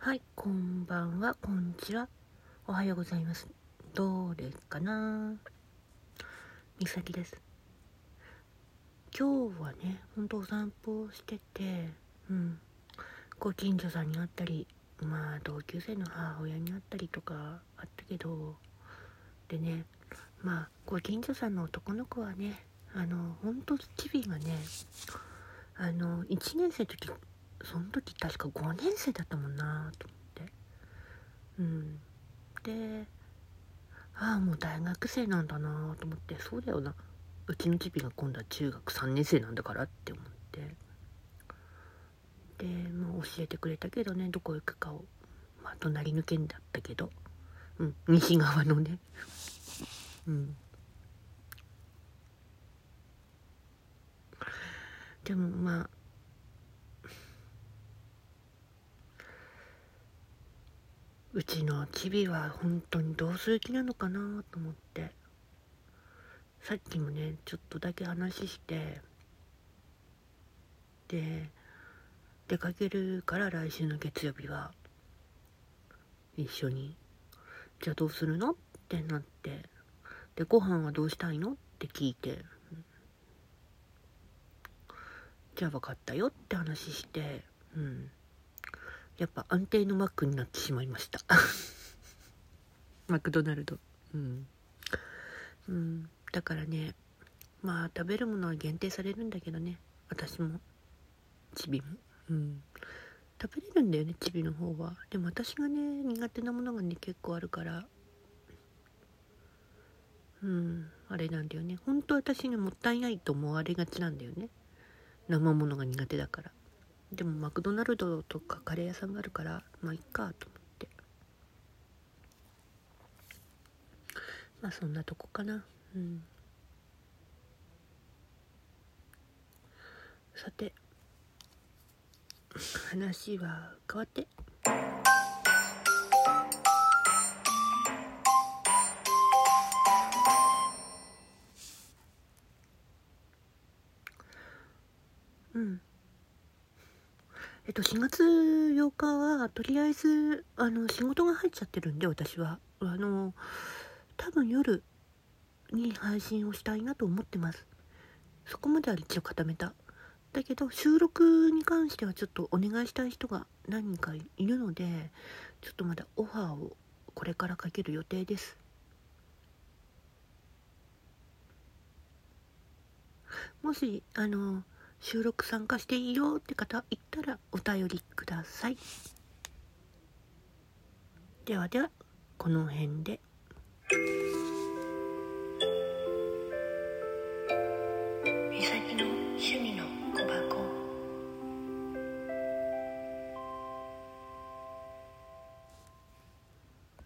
はい、こんばんは、こんにちは、おはようございます。どうですかな。みさきです。今日はね、ほんとお散歩をしてて、ご近所さんに会ったり、同級生の母親に会ったりとかあったけど、でね、ご近所さんの男の子はね、ほんとチビがね、1年生の時、その時確か5年生だったもんなと思って。で、もう大学生なんだなと思って、そうだよな、うちのチビが今度は中学3年生なんだからって思って、でもう教えてくれたけどね、どこ行くかを。隣の県だったけど、西側のね、でもうちのチビは本当にどうする気なのかなと思って、さっきもねちょっとだけ話して、で出かけるから来週の月曜日は一緒に、じゃあどうするのってなって、でご飯はどうしたいのって聞いて、じゃあ分かったよって話して、やっぱ安定のマックになってしまいましたマクドナルド。だからね、食べるものは限定されるんだけどね、私もチビも食べれるんだよね、チビの方は。でも私がね苦手なものがね結構あるから、あれなんだよね。本当私にもったいないと思われがちなんだよね、生ものが苦手だから。でもマクドナルドとかカレー屋さんがあるから、いっかと思って、そんなとこかな。さて、話は変わって、4月8日はとりあえず仕事が入っちゃってるんで、私は多分夜に配信をしたいなと思ってます。そこまでは一応固めた。だけど収録に関してはちょっとお願いしたい人が何人かいるので、ちょっとまだオファーをこれからかける予定です。もし収録参加していいよって方いったらお便りください。ではでは、この辺で。